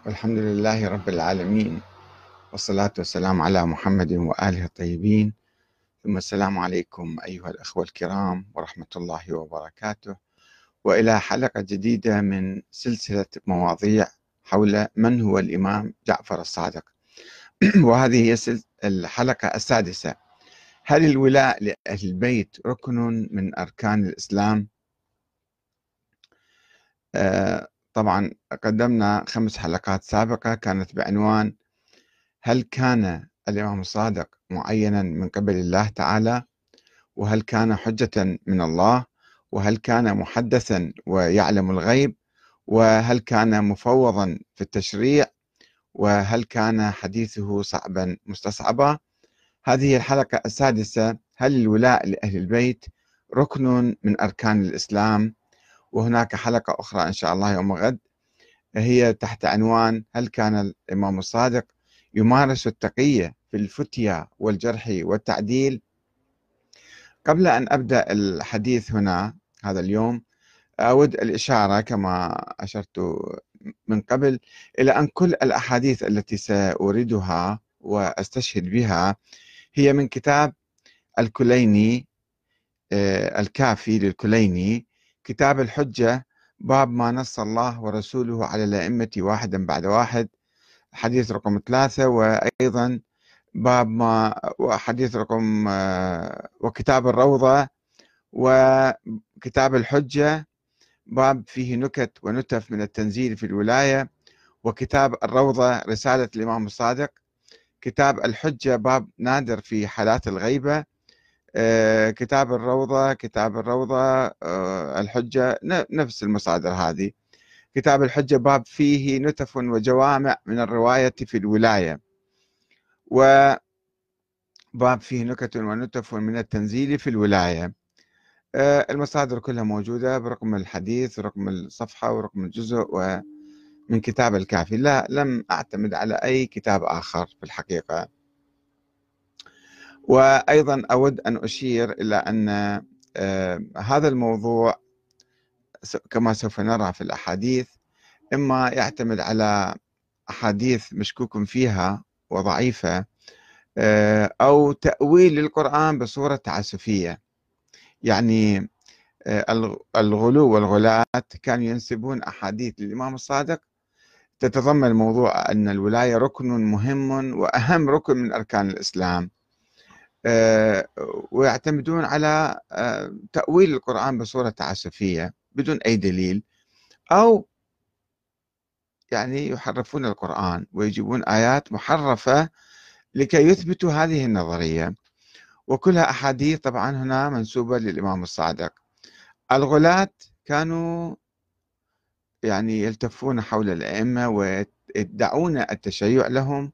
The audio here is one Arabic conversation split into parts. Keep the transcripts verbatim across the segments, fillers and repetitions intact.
والحمد لله رب العالمين، والصلاة والسلام على محمد وآله الطيبين. ثم السلام عليكم أيها الأخوة الكرام ورحمة الله وبركاته، وإلى حلقة جديدة من سلسلة مواضيع حول من هو الإمام جعفر الصادق. وهذه هي الحلقة السادسة. هل الولاء لأهل البيت ركن من أركان الإسلام؟ آه طبعا قدمنا خمس حلقات سابقة كانت بعنوان: هل كان الإمام الصادق معينا من قبل الله تعالى؟ وهل كان حجة من الله؟ وهل كان محدثا ويعلم الغيب؟ وهل كان مفوضا في التشريع؟ وهل كان حديثه صعبا مستصعبا؟ هذه الحلقة السادسة: هل الولاء لأهل البيت ركن من أركان الإسلام؟ وهناك حلقة أخرى إن شاء الله يوم غد، هي تحت عنوان: هل كان الإمام الصادق يمارس التقية في الفتيا والجرح والتعديل؟ قبل أن أبدأ الحديث هنا هذا اليوم، أود الإشارة كما أشرت من قبل إلى أن كل الأحاديث التي سأوردها وأستشهد بها هي من كتاب الكليني، الكافي للكليني، كتاب الحجة، باب ما نص الله ورسوله على الأئمة واحدا بعد واحد، حديث رقم ثلاثة، وأيضا باب ما وحديث رقم وكتاب الروضة وكتاب الحجة، باب فيه نكت ونتف من التنزيل في الولاية، وكتاب الروضة رسالة الإمام الصادق، كتاب الحجة باب نادر في حالات الغيبة، كتاب الروضة كتاب الروضة الحجة نفس المصادر هذه، كتاب الحجة باب فيه نتف وجوامع من الرواية في الولاية، وباب فيه نكت ونتف من التنزيل في الولاية. المصادر كلها موجودة برقم الحديث ورقم الصفحة ورقم الجزء ومن كتاب الكافي. لا لم أعتمد على أي كتاب آخر في الحقيقة. وأيضا أود أن أشير إلى أن هذا الموضوع كما سوف نرى في الأحاديث إما يعتمد على أحاديث مشكوك فيها وضعيفة، أو تأويل للقرآن بصورة تعسفية. يعني الغلو والغلاة كانوا ينسبون أحاديث للإمام الصادق تتضمن موضوع أن الولاية ركن مهم وأهم ركن من أركان الإسلام، ويعتمدون على تأويل القرآن بصورة تعسفية بدون أي دليل، أو يعني يحرفون القرآن ويجيبون آيات محرفة لكي يثبتوا هذه النظرية، وكلها أحاديث طبعا هنا منسوبة للإمام الصادق. الغلاة كانوا يعني يلتفون حول الأئمة ويدعون التشيع لهم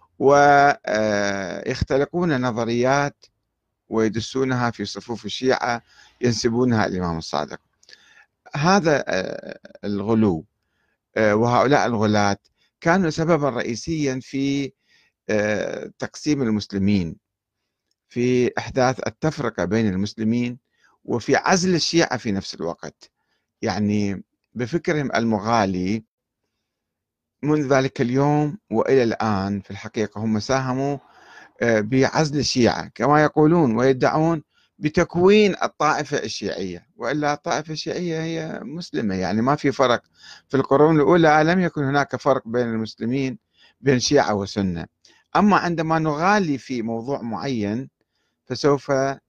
ويختلقون نظريات ويدسونها في صفوف الشيعة ينسبونها الإمام الصادق. هذا الغلو وهؤلاء الغلاة كانوا سببا رئيسيا في تقسيم المسلمين، في إحداث التفرقة بين المسلمين، وفي عزل الشيعة في نفس الوقت. يعني بفكرهم المغالي منذ ذلك اليوم وإلى الآن في الحقيقة هم ساهموا بعزل الشيعة كما يقولون ويدعون بتكوين الطائفة الشيعية، وإلا الطائفة الشيعية هي مسلمة، يعني ما في فرق. في القرون الأولى لم يكن هناك فرق بين المسلمين بين شيعة وسنة، أما عندما نغالي في موضوع معين فسوف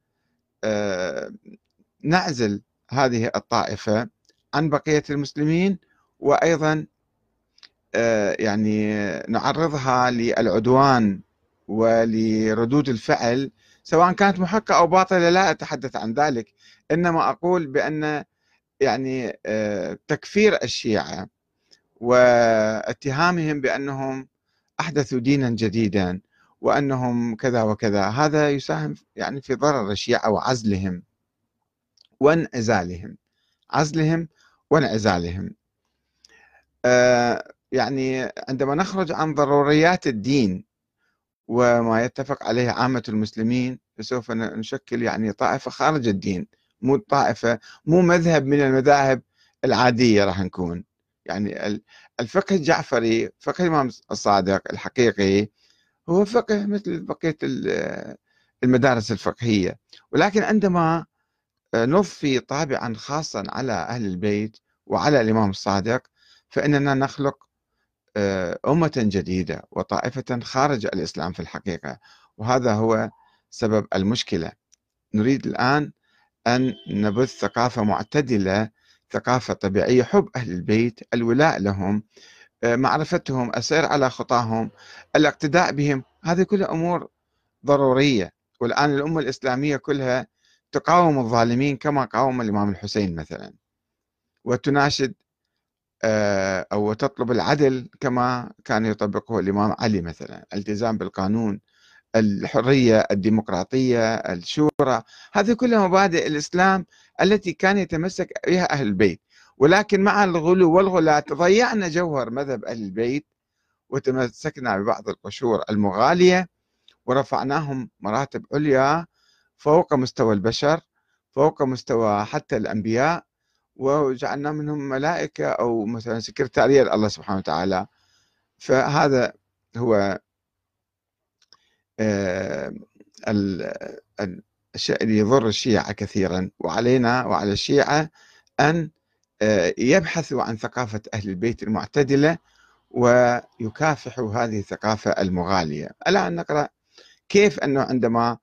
نعزل هذه الطائفة عن بقية المسلمين، وأيضا يعني نعرضها للعدوان ولردود الفعل سواء كانت محقة أو باطلة. لا أتحدث عن ذلك، إنما أقول بأن يعني تكفير الشيعة واتهامهم بأنهم أحدثوا دينا جديدا وأنهم كذا وكذا، هذا يساهم يعني في ضرر الشيعة وعزلهم وانعزالهم عزلهم وانعزالهم. آه يعني عندما نخرج عن ضروريات الدين وما يتفق عليه عامة المسلمين فسوف نشكل يعني طائفة خارج الدين، مو طائفة مو مذهب من المذاهب العادية راح نكون، يعني الفقه الجعفري، فقه الإمام الصادق الحقيقي، هو فقه مثل بقية المدارس الفقهية، ولكن عندما نضفي طابعا خاصا على أهل البيت وعلى الإمام الصادق، فإننا نخلق أمة جديدة وطائفة خارج الإسلام في الحقيقة، وهذا هو سبب المشكلة. نريد الآن أن نبث ثقافة معتدلة، ثقافة طبيعية، حب أهل البيت، الولاء لهم، معرفتهم، السير على خطاهم، الاقتداء بهم، هذه كلها أمور ضرورية. والآن الأمة الإسلامية كلها تقاوم الظالمين كما قاوم الإمام الحسين مثلا، وتناشد أو تطلب العدل كما كان يطبقه الإمام علي مثلا، الالتزام بالقانون، الحرية، الديمقراطية، الشورى، هذه كلها مبادئ الإسلام التي كان يتمسك بها أهل البيت. ولكن مع الغلو والغلاة ضيعنا جوهر مذهب أهل البيت، وتمسكنا ببعض القشور المغالية ورفعناهم مراتب عليا فوق مستوى البشر، فوق مستوى حتى الأنبياء، وجعلنا منهم ملائكة أو مثلا سكرتارية الله سبحانه وتعالى. فهذا هو الشيء اللي يضر الشيعة كثيرا، وعلينا وعلى الشيعة أن يبحثوا عن ثقافة أهل البيت المعتدلة ويكافحوا هذه الثقافة المغالية. الآن نقرأ كيف أنه عندما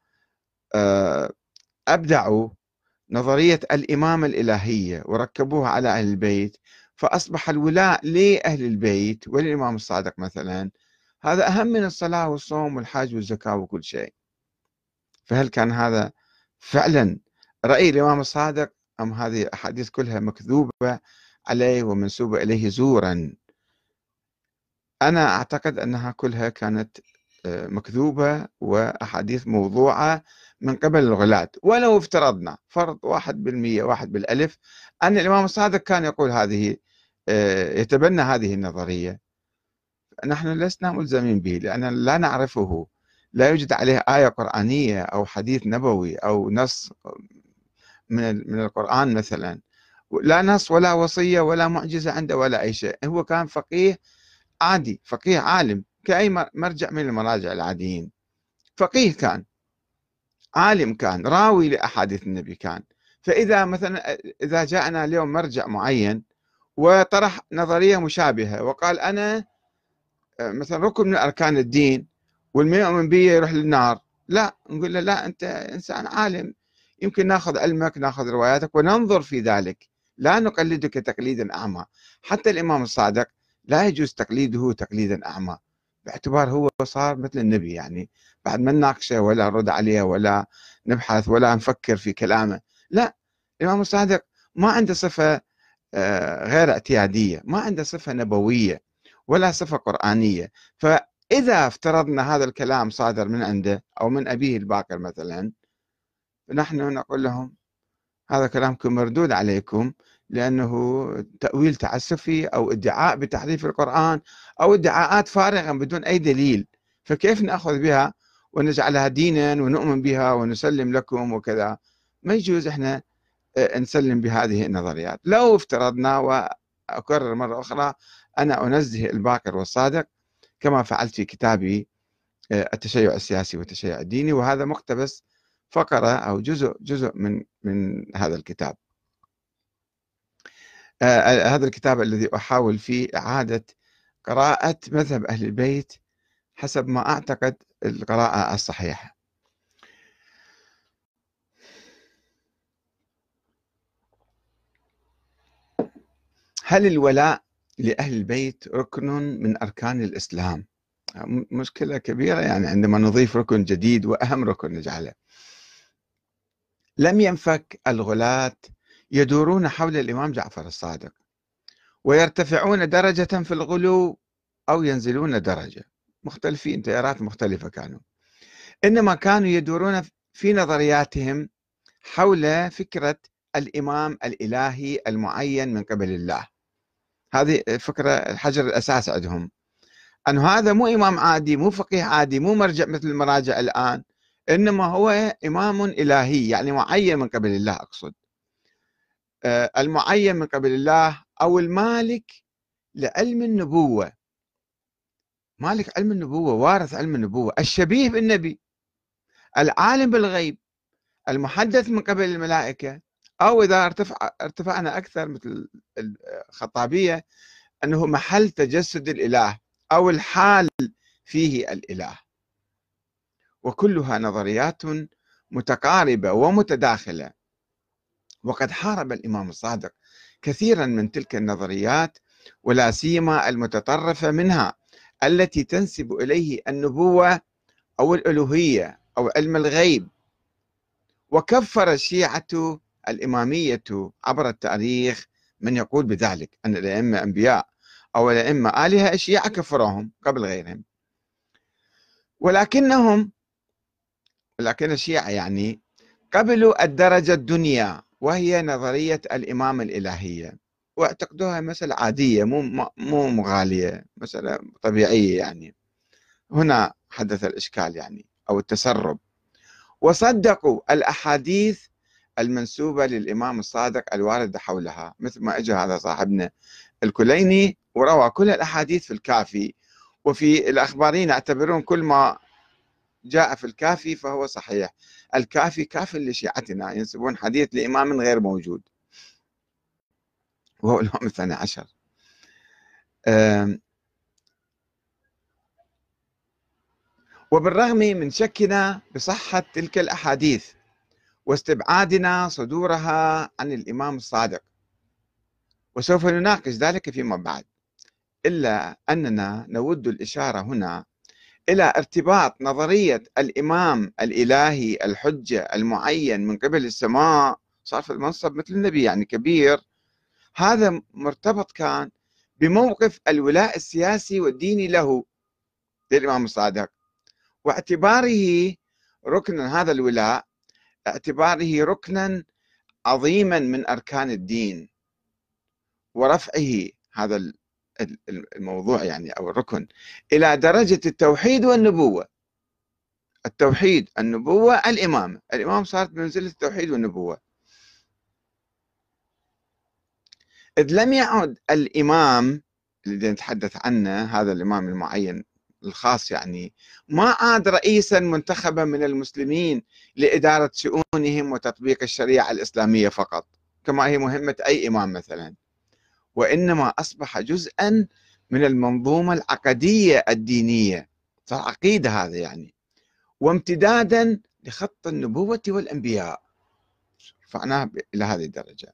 أبدعوا نظرية الإمامة الإلهية وركبوها على أهل البيت، فأصبح الولاء لأهل البيت وللإمام الصادق مثلا هذا أهم من الصلاة والصوم والحج والزكاة وكل شيء. فهل كان هذا فعلا رأي الإمام الصادق، أم هذه أحاديث كلها مكذوبة عليه ومنسوبة إليه زورا؟ أنا أعتقد أنها كلها كانت مكذوبة وأحاديث موضوعة من قبل الغلاة. ولو افترضنا فرض واحد بالمية، واحد بالألف، أن الإمام الصادق كان يقول هذه، يتبنى هذه النظرية، نحن لسنا ملزمين به، لأن لا نعرفه، لا يوجد عليه آية قرآنية أو حديث نبوي أو نص من من القرآن مثلا، لا نص ولا وصية ولا معجزة عنده ولا أي شيء. هو كان فقيه عادي، فقيه عالم كأي مرجع من المراجع العاديين، فقيه كان، عالم كان، راوي لأحاديث النبي كان. فإذا مثلا إذا جاءنا اليوم مرجع معين وطرح نظرية مشابهة وقال أنا مثلا ركن من أركان الدين والمن يؤمن به يروح للنار، لا، نقول له لا، أنت إنسان عالم، يمكن ناخذ علمك، ناخذ رواياتك وننظر في ذلك، لا نقلدك تقليدا أعمى. حتى الإمام الصادق لا يجوز تقليده تقليدا أعمى، باعتبار هو صار مثل النبي، يعني بعد ما نناقشه ولا نرد عليه ولا نبحث ولا نفكر في كلامه، لا، الإمام الصادق ما عنده صفة غير اعتيادية، ما عنده صفة نبوية ولا صفة قرآنية. فإذا افترضنا هذا الكلام صادر من عنده أو من أبيه الباقر مثلا، نحن نقول لهم هذا كلامكم مردود عليكم، لأنه تأويل تعسفي أو ادعاء بتحريف القرآن أو ادعاءات فارغة بدون أي دليل، فكيف نأخذ بها ونجعلها دينا ونؤمن بها ونسلم لكم وكذا؟ ما يجوز احنا نسلم بهذه النظريات. لو افترضنا، وأكرر مرة أخرى، أنا أنزه الباقر والصادق كما فعلت في كتابي التشيع السياسي والتشيع الديني، وهذا مقتبس فقرة أو جزء جزء من من هذا الكتاب. هذا الكتاب الذي أحاول فيه إعادة قراءة مذهب أهل البيت حسب ما أعتقد القراءة الصحيحة. هل الولاء لأهل البيت ركن من أركان الإسلام؟ مشكلة كبيرة، يعني عندما نضيف ركن جديد وأهم ركن نجعله. لم ينفك الغلاة يدورون حول الإمام جعفر الصادق ويرتفعون درجة في الغلو أو ينزلون درجة، مختلفين، تيارات مختلفة كانوا، إنما كانوا يدورون في نظرياتهم حول فكرة الإمام الإلهي المعين من قبل الله. هذه فكرة الحجر الأساس عندهم، أن هذا مو إمام عادي، مو فقيه عادي، مو مرجع مثل المراجع الآن، إنما هو إمام إلهي، يعني معين من قبل الله. أقصد المعين من قبل الله، أو المالك لعلم النبوة. مالك علم النبوة، وارث علم النبوة، الشبيه بالنبي، العالم بالغيب، المحدث من قبل الملائكة، أو إذا ارتفع ارتفعنا أكثر مثل الخطابية أنه محل تجسد الإله أو الحال فيه الإله. وكلها نظريات متقاربة ومتداخلة، وقد حارب الإمام الصادق كثيرا من تلك النظريات، ولا سيما المتطرفة منها التي تنسب إليه النبوة أو الألوهية أو علم الغيب. وكفر الشيعة الإمامية عبر التاريخ من يقول بذلك، أن الأئمة أنبياء أو الأئمة آلهة، الشيعة كفرهم قبل غيرهم. ولكنهم ولكن الشيعة يعني قبلوا الدرجة الدنيا، وهي نظرية الإمامة الإلهية، واعتقدوها مسألة عادية، مو مو مغالية، مسألة طبيعية. يعني هنا حدث الإشكال يعني أو التسرب. وصدقوا الأحاديث المنسوبة للإمام الصادق الواردة حولها، مثل ما اجى هذا صاحبنا الكليني وروى كل الأحاديث في الكافي، وفي الأخباريين يعتبرون كل ما جاء في الكافي فهو صحيح. الكافي كاف لشيعتنا، ينسبون حديث لإمام غير موجود وهو الإمام الثاني عشر. وبالرغم من شكنا بصحة تلك الأحاديث واستبعادنا صدورها عن الإمام الصادق، وسوف نناقش ذلك فيما بعد، إلا أننا نود الإشارة هنا إلى ارتباط نظرية الإمام الإلهي الحجة المعين من قبل السماء، صار في المنصب مثل النبي يعني كبير، هذا مرتبط كان بموقف الولاء السياسي والديني له للإمام الصادق، واعتباره ركنا، هذا الولاء اعتباره ركنا عظيما من أركان الدين، ورفعه هذا الموضوع يعني أو الركن إلى درجة التوحيد والنبوة. التوحيد، النبوة، الإمامة. الإمام صارت بمنزلة التوحيد والنبوة، إذ لم يعد الإمام الذي نتحدث عنه، هذا الإمام المعين الخاص، يعني ما عاد رئيسا منتخبا من المسلمين لإدارة شؤونهم وتطبيق الشريعة الإسلامية فقط كما هي مهمة أي إمام مثلا، وإنما أصبح جزءا من المنظومة العقدية الدينية، صار عقيدة هذا يعني، وامتدادا لخط النبوة والأنبياء، رفعناه إلى هذه الدرجة.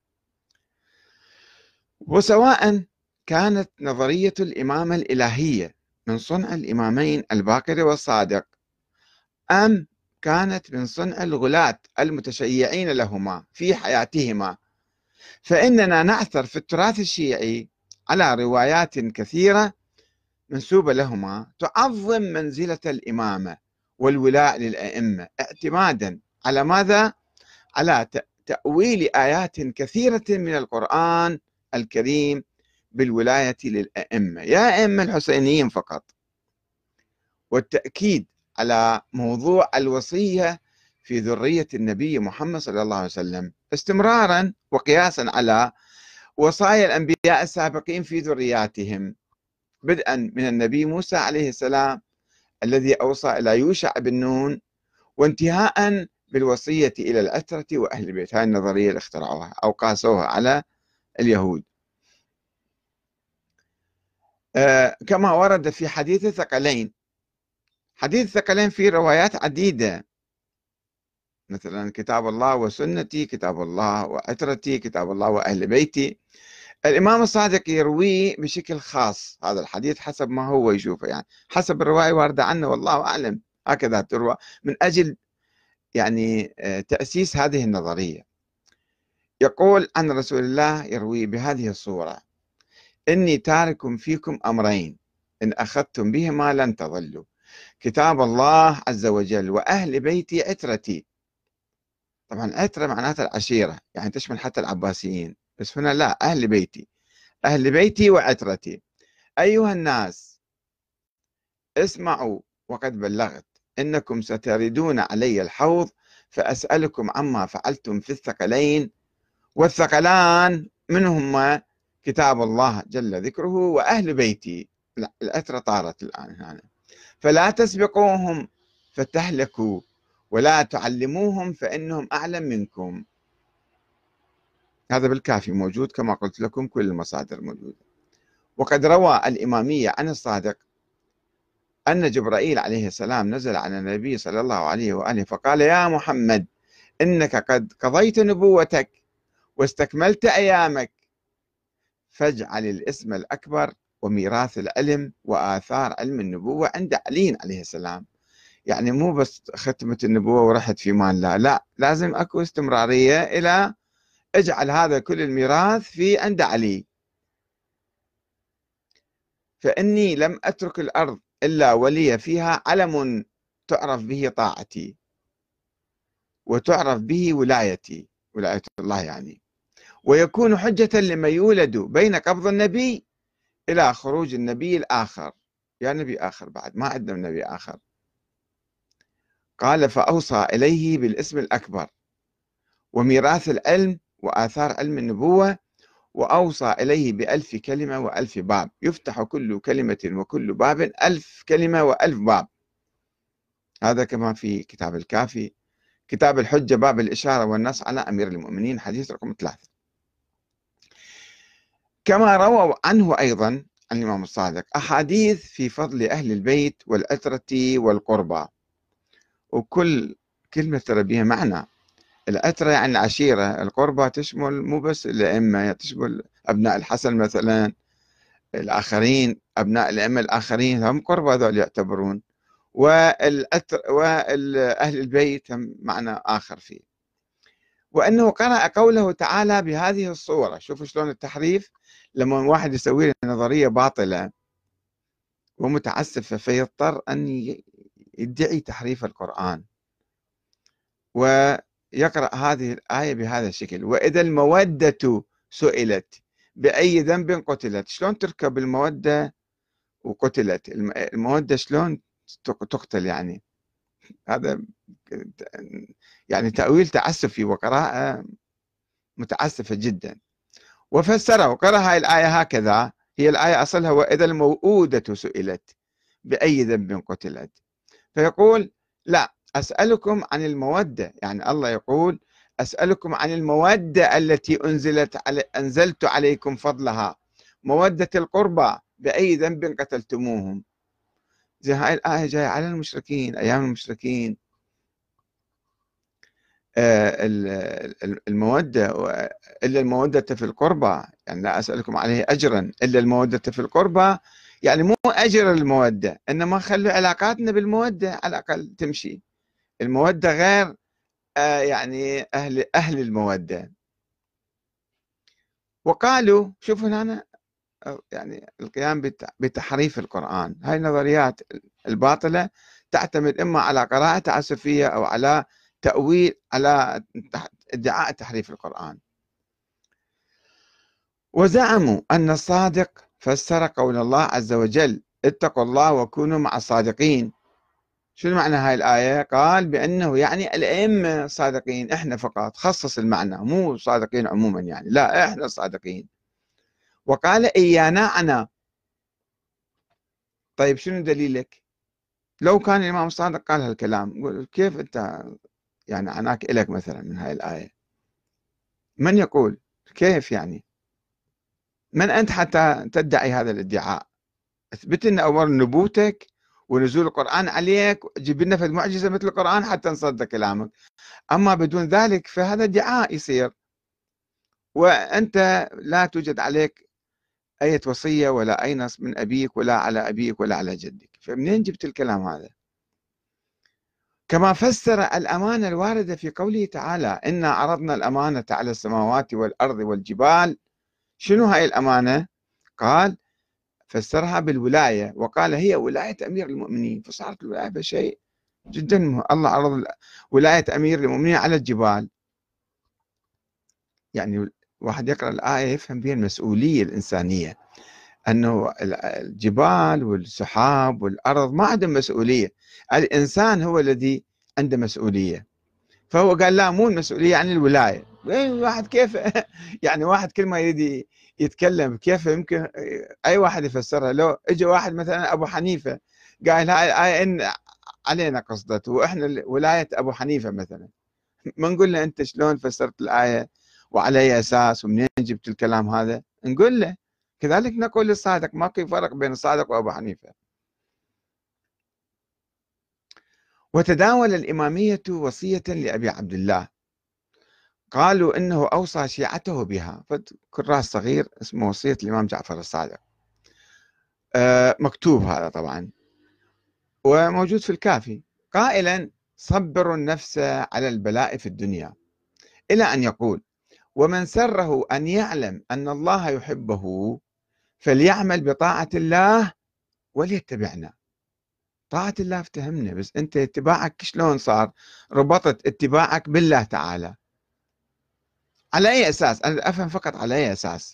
وسواء كانت نظرية الإمامة الإلهية من صنع الإمامين الباقر والصادق، أم كانت من صنع الغلاة المتشيعين لهما في حياتهما، فإننا نعثر في التراث الشيعي على روايات كثيرة منسوبة لهما تعظم منزلة الإمامة والولاء للأئمة، اعتمادا على ماذا؟ على تأويل آيات كثيرة من القرآن الكريم بالولاية للأئمة، يا أئمة الحسينيين فقط، والتأكيد على موضوع الوصية في ذرية النبي محمد صلى الله عليه وسلم، استمرارا وقياسا على وصايا الأنبياء السابقين في ذرياتهم، بدءا من النبي موسى عليه السلام الذي أوصى إلى يوشع بن نون، وانتهاء بالوصية إلى العترة وأهل البيت. هاي النظرية اللي اخترعوها أو قاسوها على اليهود. آه كما ورد في حديث الثقلين. حديث الثقلين فيه روايات عديدة، مثلا كتاب الله وسنتي، كتاب الله وعترتي، كتاب الله وأهل بيتي. الإمام الصادق يرويه بشكل خاص هذا الحديث حسب ما هو يشوفه، يعني حسب الرواية واردة عنه والله أعلم، هكذا تروى من أجل يعني تأسيس هذه النظرية. يقول عن رسول الله، يروي بهذه الصورة: إني تارك فيكم أمرين إن أخذتم بهما لن تضلوا، كتاب الله عز وجل وأهل بيتي عترتي. طبعا عترة معناتها العشيرة، يعني تشمل حتى العباسيين، بس هنا لا، أهل بيتي، أهل بيتي وعترتي. أيها الناس اسمعوا وقد بلغت، إنكم ستردون علي الحوض فأسألكم عما فعلتم في الثقلين. والثقلان من هما؟ كتاب الله جل ذكره وأهل بيتي. الأترة طارت الآن هنا. فلا تسبقوهم فتهلكوا ولا تعلموهم فإنهم أعلم منكم. هذا بالكافي موجود كما قلت لكم، كل المصادر موجودة. وقد روى الإمامية عن الصادق أن جبرائيل عليه السلام نزل على النبي صلى الله عليه وآله فقال: يا محمد إنك قد قضيت نبوتك واستكملت أيامك، فاجعل الاسم الأكبر وميراث العلم وآثار علم النبوة عند علي عليه السلام. يعني مو بس ختمت النبوة ورحت في مان، لا لا، لازم أكو استمرارية إلى اجعل هذا كل الميراث في عند علي. فإني لم أترك الأرض إلا ولي فيها علم تعرف به طاعتي وتعرف به ولايتي، ولاية الله يعني، ويكون حجة لمن يولد بين قبض النبي إلى خروج النبي الآخر. يا نبي آخر بعد، ما عندنا نبي آخر. قال: فأوصى إليه بالاسم الأكبر وميراث العلم وآثار علم النبوة، وأوصى إليه بألف كلمة وألف باب، يفتح كل كلمة وكل باب ألف كلمة وألف باب. هذا كما في كتاب الكافي، كتاب الحجة باب الإشارة والنص على أمير المؤمنين، حديث رقم ثلاثة. كما رووا عنه أيضا عن الإمام الصادق أحاديث في فضل أهل البيت والأترة والقربى، وكل كلمة ترى بها معنى. الأترة يعني العشيرة، القربى تشمل مو بس الأئمة، تشمل أبناء الحسن مثلا، الآخرين أبناء الأئمة الآخرين هم قربى ذول يعتبرون، والأتر وأهل البيت هم معنى آخر فيه. وأنه قرأ قوله تعالى بهذه الصورة. شوفوا شلون التحريف، لما واحد يسوي نظرية باطلة ومتعسف فيضطر أن يدعي تحريف القرآن ويقرأ هذه الآية بهذا الشكل: وإذا المودة سئلت بأي ذنب قتلت. شلون تركب المودة وقتلت؟ المودة شلون تقتل يعني؟ هذا يعني تأويل تعسفي وقراءة متعسفة جدا. وفسره وقرأ هاي الآية هكذا، هي الآية أصلها: وإذا الموءودة سئلت بأي ذنب قتلت. فيقول: لا، أسألكم عن المودة، يعني الله يقول: أسألكم عن المودة التي أنزلت علي أنزلت عليكم فضلها، مودة القربى، بأي ذنب قتلتموهم. زي هاي الآية جاية على المشركين، أيام المشركين. المودة إلا المودة في القربى، يعني لا أسألكم عليه أجرا إلا المودة في القربى، يعني مو أجر المودة، إنما خلوا علاقاتنا بالمودة على الأقل تمشي. المودة غير يعني أهل أهل المودة. وقالوا، شوفوا هنا يعني القيام بتحريف القرآن. هاي النظريات الباطلة تعتمد إما على قراءة تعسفية أو على تأويل، على ادعاء تحريف القرآن. وزعموا أن الصادق فسر قول الله عز وجل: اتقوا الله وكونوا مع الصادقين. شو معنى هاي الآية؟ قال بأنه يعني الأئمة الصادقين، إحنا فقط، خصص المعنى، مو صادقين عموما يعني، لا، إحنا الصادقين. وقال: إيانا عنا. طيب شنو دليلك؟ لو كان الإمام الصادق قال هالكلام، كيف أنت يعني عناك إلك مثلا من هاي الآية؟ من يقول؟ كيف يعني؟ من أنت حتى تدعي هذا الادعاء؟ اثبت لنا أول نبوتك ونزول القرآن عليك، جيب لنا في المعجزة مثل القرآن حتى نصدق كلامك. أما بدون ذلك فهذا ادعاء يصير، وأنت لا توجد عليك أي وصية ولا أي نص من أبيك ولا على أبيك ولا على جدك، فمنين جبت الكلام هذا؟ كما فسر الأمانة الواردة في قوله تعالى: إنا عرضنا الأمانة على السماوات والأرض والجبال. شنو هاي الأمانة؟ قال فسرها بالولاية، وقال هي ولاية أمير المؤمنين، فصارت الولاية بشيء جدا مهم. الله عرض ولاية أمير المؤمنين على الجبال. يعني واحد يقرأ الآية يفهم بها المسؤولية الإنسانية، أنه الجبال والسحاب والأرض ما عندهم مسؤولية، الإنسان هو الذي عنده مسؤولية. فهو قال لا، مو المسؤولية عن الولاية، إيه واحد كيف يعني واحد كل ما يريد يتكلم كيف يمكن أي واحد يفسرها. لو إجا واحد مثلا أبو حنيفة قال هاي الآية إن علينا قصدت وإحنا ولاية أبو حنيفة مثلا، ما نقول له أنت شلون فسرت الآية وعلى أي أساس ومنين جبت الكلام هذا، نقول له كذلك نقول للصادق، ماكو فرق بين الصادق وأبو حنيفة. وتداول الإمامية وصية لأبي عبد الله، قالوا إنه أوصى شيعته بها، كراس صغير اسمه وصية الإمام جعفر الصادق، آه مكتوب هذا طبعا وموجود في الكافي، قائلا صبروا النفس على البلاء في الدنيا، إلى أن يقول ومن سره أن يعلم أن الله يحبه فليعمل بطاعة الله وليتبعنا. طاعة الله افتهمنا، بس أنت اتباعك شلون صار؟ ربطت اتباعك بالله تعالى على أي أساس؟ أنا أفهم فقط على أي أساس.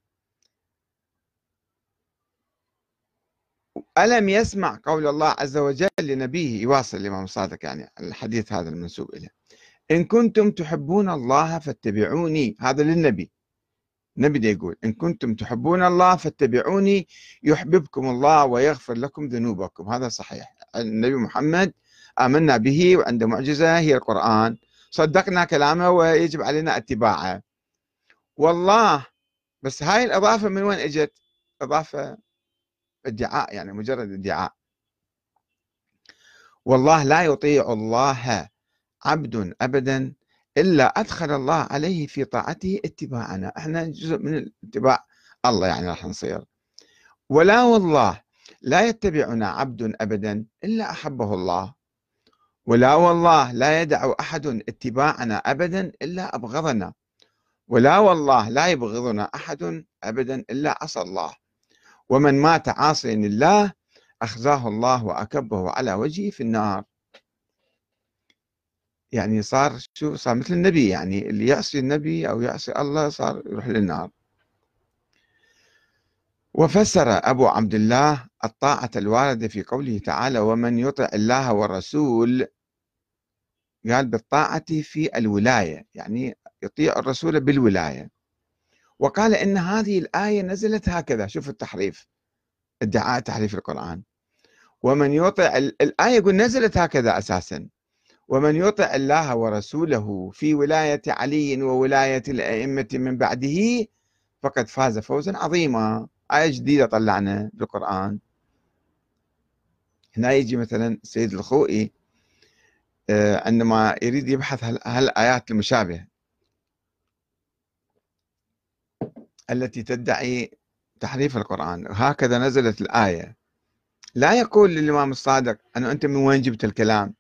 ألم يسمع قول الله عز وجل لنبيه، يواصل الإمام الصادق يعني الحديث هذا المنسوب إليه، إن كنتم تحبون الله فاتبعوني، هذا للنبي، النبي ده يقول إن كنتم تحبون الله فاتبعوني يحببكم الله ويغفر لكم ذنوبكم، هذا صحيح. النبي محمد آمنا به وعنده معجزة هي القرآن، صدقنا كلامه ويجب علينا اتباعه. والله، بس هاي الإضافة من وين اجت؟ إضافة ادعاء، يعني مجرد ادعاء. والله لا يطيع الله عبد أبدا إلا أدخل الله عليه في طاعته اتباعنا، احنا جزء من اتباع الله يعني راح نصير. ولا والله لا يتبعنا عبد أبدا إلا أحبه الله، ولا والله لا يدع أحد اتباعنا أبدا إلا أبغضنا، ولا والله لا يبغضنا أحد أبدا إلا عصى الله، ومن مات عاصيا لله أخزاه الله وأكبه على وجهه في النار. يعني صار شو صار؟ مثل النبي، يعني اللي يعصي النبي أو يعصي الله صار يروح للنار. وفسر أبو عبد الله الطاعة الواردة في قوله تعالى ومن يطع الله والرسول، قال بالطاعة في الولاية، يعني يطيع الرسول بالولاية، وقال إن هذه الآية نزلت هكذا. شوف التحريف، ادعاء تحريف القرآن. ومن يطع الآية يقول نزلت هكذا أساسا، ومن يطع الله ورسوله في ولاية علي وولاية الأئمة من بعده فقد فاز فوزا عظيما. آية جديدة طلعنا بالقرآن. هنا يجي مثلا السيد الخوئي عندما يريد يبحث هالآيات المشابهة التي تدعي تحريف القرآن، هكذا نزلت الآية، لا يقول للإمام الصادق أنه أنت من وين جبت الكلام،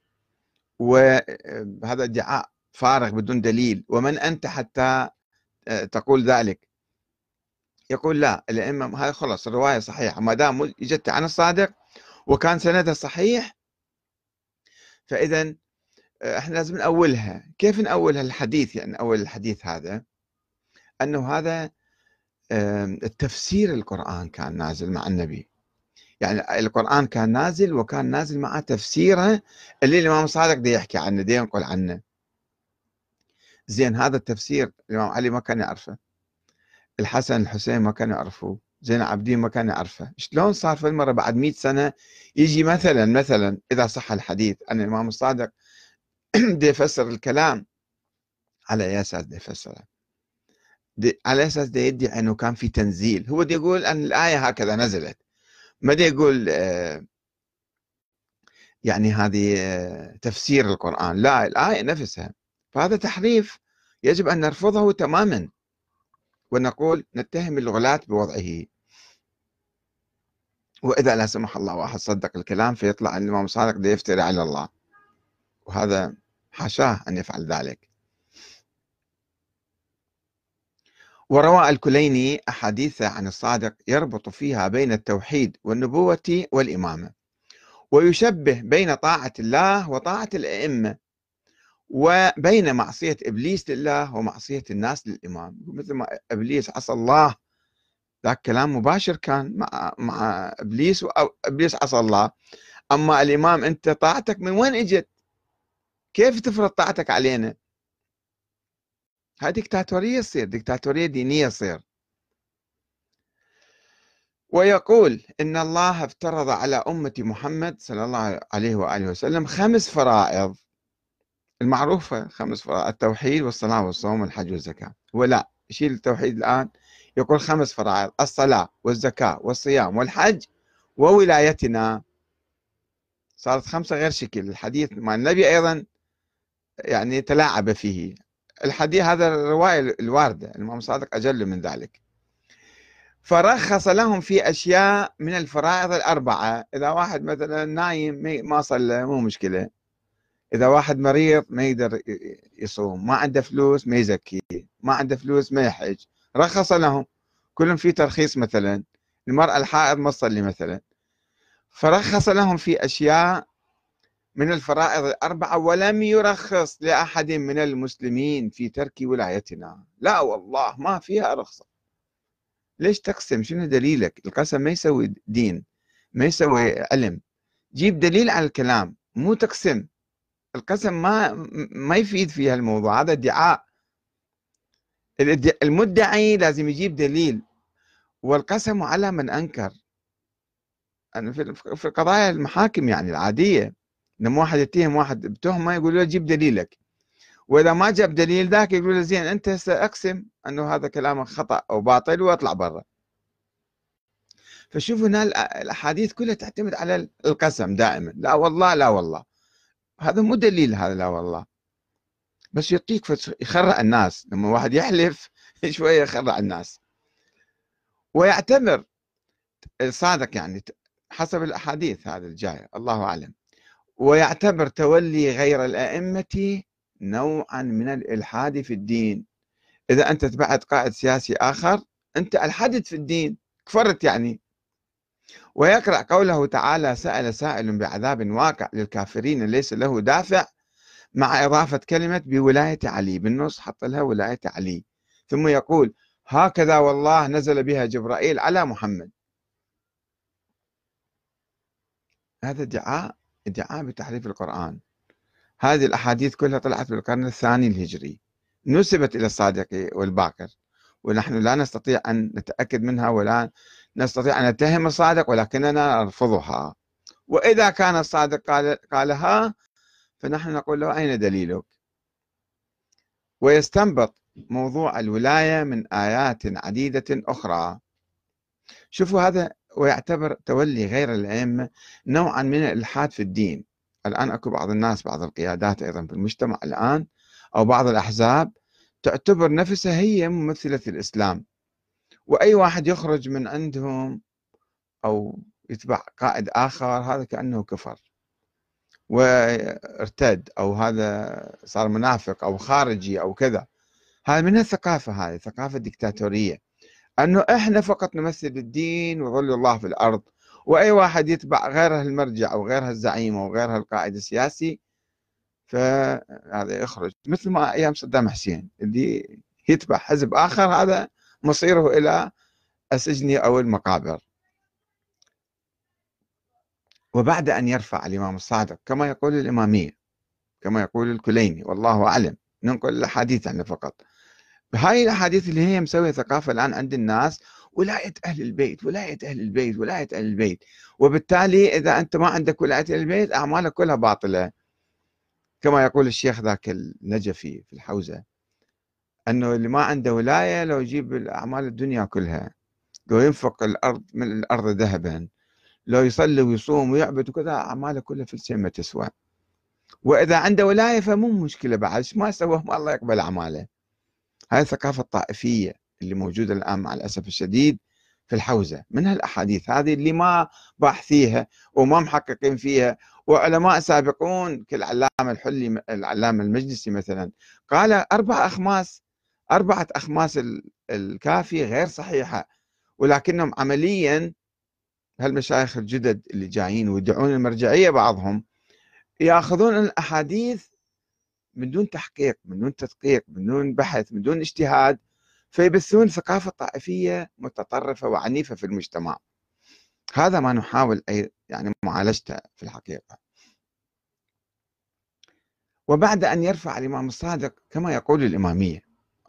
وهذا ادعاء فارغ بدون دليل، ومن أنت حتى تقول ذلك. يقول لا، الأئمة هاي خلص الرواية صحيحة، ما دام اجت عن الصادق وكان سندها صحيح فإذا احنا لازم نأولها. كيف نأولها الحديث؟ يعني أول الحديث هذا أنه هذا التفسير، القرآن كان نازل مع النبي، يعني القرآن كان نازل وكان نازل مع تفسيره اللي الإمام الصادق دي يحكي عنه، دي ينقل عنه. زين هذا التفسير الإمام علي ما كان يعرفه، الحسن الحسين ما كانوا يعرفوه، زين العابدين ما كان يعرفه. شلون صار في المرة بعد مئة سنة يجي مثلا مثلا إذا صح الحديث أن الإمام الصادق دي يفسر الكلام على أي أساس دي يفسره؟ دي على أساس دي يدعي أنه كان في تنزيل، هو دي يقول أن الآية هكذا نزلت، ما دي يقول آه يعني هذه آه تفسير القرآن، لا الآية نفسها. فهذا تحريف يجب أن نرفضه تماما ونقول نتهم الغلاة بوضعه. وإذا لا سمح الله واحد صدق الكلام فيطلع أن الإمام الصادق ده يفتري على الله، وهذا حاشاه أن يفعل ذلك. وروى الكليني أحاديث عن الصادق يربط فيها بين التوحيد والنبوة والإمامة، ويشبه بين طاعة الله وطاعة الأئمة، وبين معصية إبليس لله ومعصية الناس للإمام. مثل ما إبليس عصى الله، ذاك كلام مباشر كان مع مع إبليس، وإبليس عصى الله. أما الإمام أنت طاعتك من وين إجت؟ كيف تفرض طاعتك علينا؟ هاي ديكتاتورية تصير، ديكتاتورية دينية تصير. ويقول إن الله افترض على أمة محمد صلى الله عليه وآله وسلم خمس فرائض المعروفة، خمس فرائض: التوحيد والصلاة والصوم والحج والزكاة. ولا يشيل التوحيد الآن، يقول خمس فرائض: الصلاة والزكاة والصيام والحج وولايتنا. صارت خمسة غير شكل. الحديث مع النبي أيضا يعني تلاعب فيه. الحديث هذا الرواية الواردة، الإمام الصادق أجل من ذلك. فرخص لهم في أشياء من الفرائض الأربعة. إذا واحد مثلا نايم ما صلى مو مشكلة، إذا واحد مريض ما يقدر يصوم، ما عنده فلوس ما يزكي، ما عنده فلوس ما يحج، رخص لهم. كلهم في ترخيص. مثلا المرأة الحائض ما تصلي مثلا، فرخص لهم في أشياء من الفرائض الأربعة، ولم يرخص لأحد من المسلمين في ترك ولايتنا. لا والله ما فيها رخصة. ليش تقسم؟ شنو دليلك؟ القسم ما يسوي دين، ما يسوي علم. جيب دليل على الكلام، مو تقسم. القسم ما ما يفيد في هالموضوع، هذا ادعاء. المدعي لازم يجيب دليل، والقسم على من أنكر. أنا في في قضايا المحاكم يعني العادية، لما واحد يتهم واحد بتهمة يقول له جيب دليلك، وإذا ما جاب دليل ذاك يقول له زين أنت سأقسم أنه هذا كلامك خطأ أو باطل وأطلع برا. فشوفوا هنا الأحاديث كلها تعتمد على القسم دائما. لا والله لا والله، هذا مو دليل. هذا لا والله بس يعطيك يخرع الناس. لما واحد يحلف شوية يخرع الناس. ويعتبر الصادق يعني حسب الأحاديث هذا الجاية الله أعلم، ويعتبر تولي غير الأئمة نوعا من الإلحاد في الدين. إذا أنت تبعت قائد سياسي آخر أنت ألحدت في الدين، كفرت يعني. ويقرأ قوله تعالى: سأل سائل بعذاب واقع للكافرين ليس له دافع، مع إضافة كلمة بولاية علي، بالنص حط لها ولاية علي، ثم يقول: هكذا والله نزل بها جبرائيل على محمد. هذا ادعاء، ادعاء بتحريف القرآن. هذه الأحاديث كلها طلعت بالقرن الثاني الهجري، نسبت إلى الصادق والباقر، ونحن لا نستطيع أن نتأكد منها ولا نستطيع أن نتهم الصادق، ولكننا نرفضها. وإذا كان الصادق قال قالها فنحن نقول له أين دليلك؟ ويستنبط موضوع الولاية من آيات عديدة أخرى. شوفوا هذا. ويعتبر تولي غير الأئمة نوعا من الإلحاد في الدين. الآن أكو بعض الناس، بعض القيادات أيضا في المجتمع الآن، أو بعض الأحزاب تعتبر نفسها هي ممثلة الإسلام، وأي واحد يخرج من عندهم أو يتبع قائد آخر هذا كأنه كفر وارتد، أو هذا صار منافق أو خارجي أو كذا. هذه من الثقافة، هذه ثقافة ديكتاتورية، أنه إحنا فقط نمثل الدين وظل الله في الأرض، وأي واحد يتبع غير المرجع أو غير الزعيم أو غير القائد السياسي فهذا يخرج. مثل ما أيام صدام حسين، اللي يتبع حزب آخر هذا مصيره إلى السجن أو المقابر. وبعد أن يرفع الإمام الصادق كما يقول الإمامية، كما يقول الكليني والله أعلم، ننقل الأحاديث عنه فقط. هاي الأحاديث اللي هي مسوية ثقافة الآن عند الناس: ولاية أهل البيت، ولاية أهل البيت، ولاية أهل البيت. وبالتالي إذا أنت ما عندك ولاية أهل البيت أعمالك كلها باطلة. كما يقول الشيخ ذاك النجفي في الحوزة، أنه اللي ما عنده ولاية لو يجيب الأعمال الدنيا كلها، لو ينفق الأرض من الأرض ذهبا، لو يصلي ويصوم ويعبد وكذا، أعماله كلها في السماء تسوى. وإذا عنده ولاية فمو مشكلة بعد، ما سوى ما الله يقبل أعماله. هاي الثقافة الطائفية اللي موجودة الآن مع الأسف الشديد في الحوزة من هالأحاديث هذه، اللي ما باحثيها وما محققين فيها. وعلماء سابقون كالعلامة الحلي، العلامة المجلسي مثلا، قال أربع أخماس، أربعة أخماس الكافي غير صحيحة، ولكنهم عمليا هالمشايخ الجدد اللي جايين ويدعون المرجعية بعضهم يأخذون الأحاديث من دون تحقيق، من دون تدقيق، من دون بحث، من دون اجتهاد، فيبثون ثقافة طائفية متطرفة وعنيفة في المجتمع. هذا ما نحاول أي يعني معالجته في الحقيقة. وبعد أن يرفع الإمام الصادق كما يقول الإمامية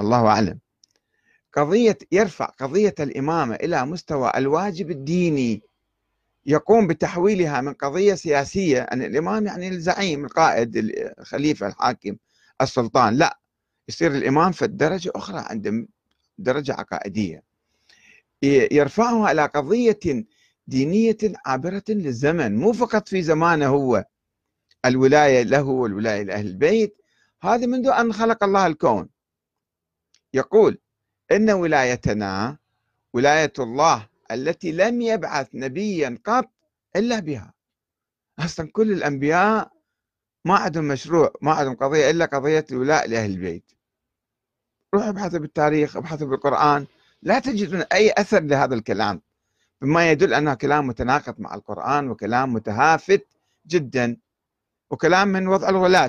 الله أعلم. قضية يرفع قضية الإمامة إلى مستوى الواجب الديني، يقوم بتحويلها من قضية سياسية أن الإمام يعني الزعيم القائد الخليفة الحاكم السلطان، لا، يصير الإمام في الدرجة أخرى، عنده درجة عقائدية، يرفعها إلى قضية دينية عابرة للزمن، مو فقط في زمانه هو الولاية له والولاية لأهل البيت، هذه منذ أن خلق الله الكون. يقول إن ولايتنا ولاية الله التي لم يبعث نبيا قط إلا بها. أصلا كل الأنبياء ما عندهم مشروع، ما عندهم قضية إلا قضية الولاء لأهل البيت. روحوا ابحثوا بالتاريخ، ابحثوا بالقرآن، لا تجدون أي أثر لهذا الكلام، مما يدل أنه كلام متناقض مع القرآن وكلام متهافت جدا وكلام من وضع الولاة.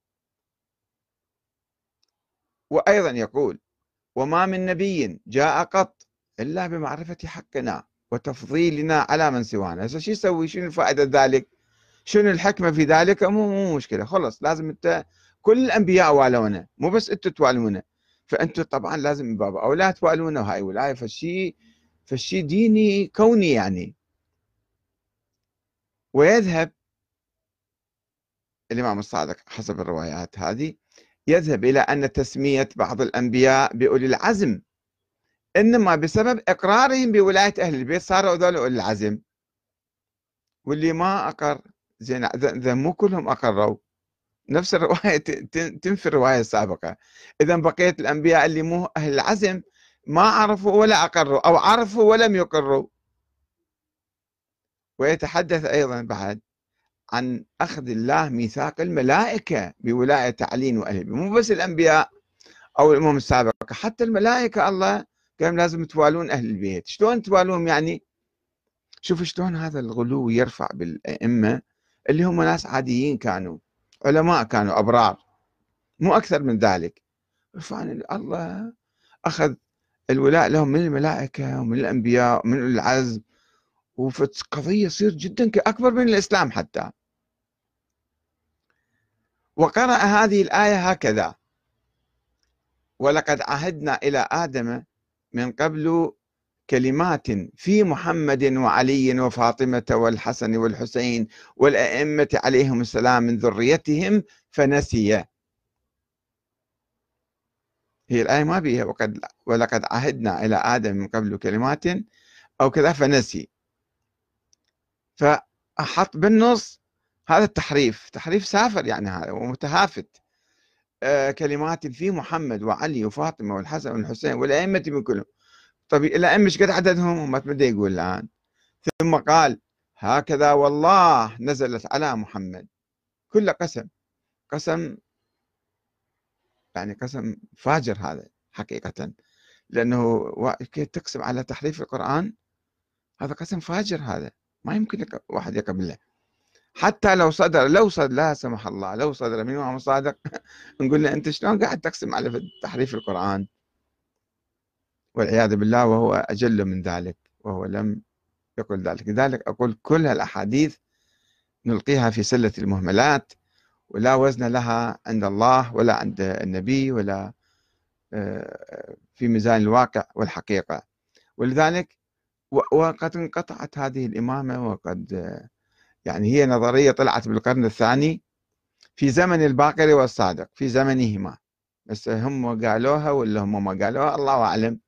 وأيضا يقول وما من نبي جاء قط إلا بمعرفة حقنا وتفضيلنا على من سوانا. هسه شو يسوي؟ شنو فائدة ذلك؟ شنو الحكمة في ذلك؟ مو مو مشكلة، خلص لازم انت، كل الأنبياء والونا، مو بس انتم توالونه، فانتم طبعا لازم من باب أولى توالونه، وهاي ولاية فالشيء فالشيء ديني كوني يعني. ويذهب الإمام الصادق حسب الروايات هذه، يذهب إلى أن تسمية بعض الأنبياء بأولي العزم إنما بسبب إقرارهم بولاية أهل البيت صاروا هذول أولي العزم، واللي ما أقر زين إذا مو كلهم أقروا. نفس الرواية تنفي الرواية السابقة. إذا بقية الأنبياء اللي مو أهل العزم ما عرفوا ولا أقروا، أو عرفوا ولم يقروا. ويتحدث أيضا بعد عن أخذ الله ميثاق الملائكة بولاية علي وأهل البيت، مو بس الأنبياء أو الأمم السابقة، حتى الملائكة الله قال لازم توالون أهل البيت. شلون توالون يعني؟ شوف شلون هذا الغلو يرفع بالأئمة اللي هم ناس عاديين، كانوا علماء، كانوا أبرار، مو أكثر من ذلك. رفعنا الله أخذ الولاء لهم من الملائكة ومن الأنبياء ومن العزم، وفي قضية يصير جدا أكبر من الإسلام حتى. وقرأ هذه الآية هكذا: ولقد عهدنا إلى آدم من قبل كلمات في محمد وعلي وفاطمة والحسن والحسين والأئمة عليهم السلام من ذريتهم فنسي. هي الآية ما بيها وقد ولقد عهدنا إلى آدم من قبل كلمات أو كذا فنسي، فأحط بالنص هذا التحريف، تحريف سافر يعني هذا ومتهافت. آه كلمات في محمد وعلي وفاطمة والحسن والحسين والأئمة من كلهم. طيب الأئمة ايش قد عددهم؟ هم ما يقول الآن. ثم قال هكذا والله نزلت على محمد. كل قسم، قسم يعني قسم فاجر هذا حقيقة، لأنه كي تقسم على تحريف القرآن هذا قسم فاجر، هذا ما يمكن واحد يقبله. حتى لو صدر لو صدر لا سمح الله لو صدر من إمام صادق نقول له أنت شلون قاعد تقسم على تحريف القرآن؟ والعياذ بالله، وهو أجل من ذلك، وهو لم يقل ذلك. لذلك أقول كل هالأحاديث نلقيها في سلة المهملات، ولا وزن لها عند الله ولا عند النبي ولا في ميزان الواقع والحقيقة. ولذلك وقد انقطعت هذه الإمامة، وقد يعني هي نظرية طلعت بالقرن الثاني في زمن الباقر والصادق، في زمنهما، بس هم قالوها ولا هم ما قالوها الله أعلم.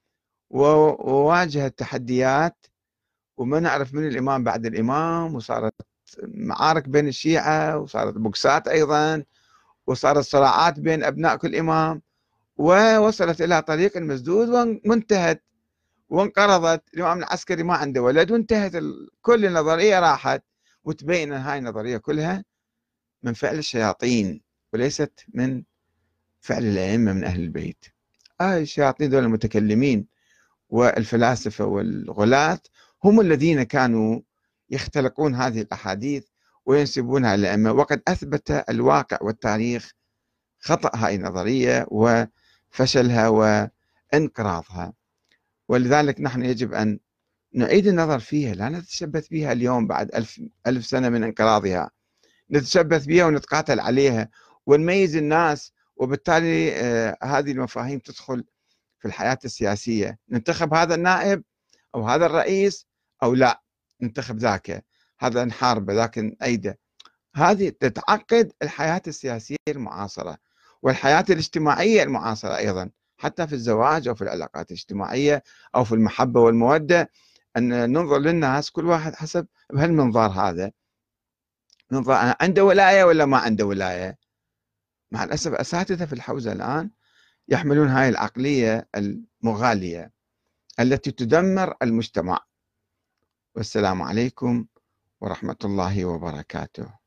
وواجهت تحديات، وما نعرف من الإمام بعد الإمام، وصارت معارك بين الشيعة، وصارت بوكسات أيضا، وصارت صراعات بين أبناء كل إمام، ووصلت إلى طريق مسدود وانتهت وانقرضت. الإمام العسكري ما عنده ولد وانتهت كل النظرية راحت، وتبين أن هاي النظرية كلها من فعل الشياطين وليست من فعل الأئمة من أهل البيت. هاي الشياطين دول المتكلمين والفلاسفة والغلاة هم الذين كانوا يختلقون هذه الأحاديث وينسبونها للأئمة، وقد أثبت الواقع والتاريخ خطأ هاي النظرية وفشلها وانقراضها. ولذلك نحن يجب أن نعيد النظر فيها، لا نتشبث بها اليوم بعد ألف, ألف سنة من انقراضها، نتشبث بها ونتقاتل عليها ونميز الناس وبالتالي آه، هذه المفاهيم تدخل في الحياة السياسية، ننتخب هذا النائب أو هذا الرئيس أو لا ننتخب ذاك، هذا نحاربه ذاك نأيده. هذه تتعقد الحياة السياسية المعاصرة والحياة الاجتماعية المعاصرة أيضا، حتى في الزواج أو في العلاقات الاجتماعية أو في المحبة والمودة، أن ننظر للناس كل واحد حسب بهالمنظار هذا، ننظر أنا عنده ولاية ولا ما عنده ولاية. مع الأسف أساتذة في الحوزة الآن يحملون هاي العقلية المغالية التي تدمر المجتمع. والسلام عليكم ورحمة الله وبركاته.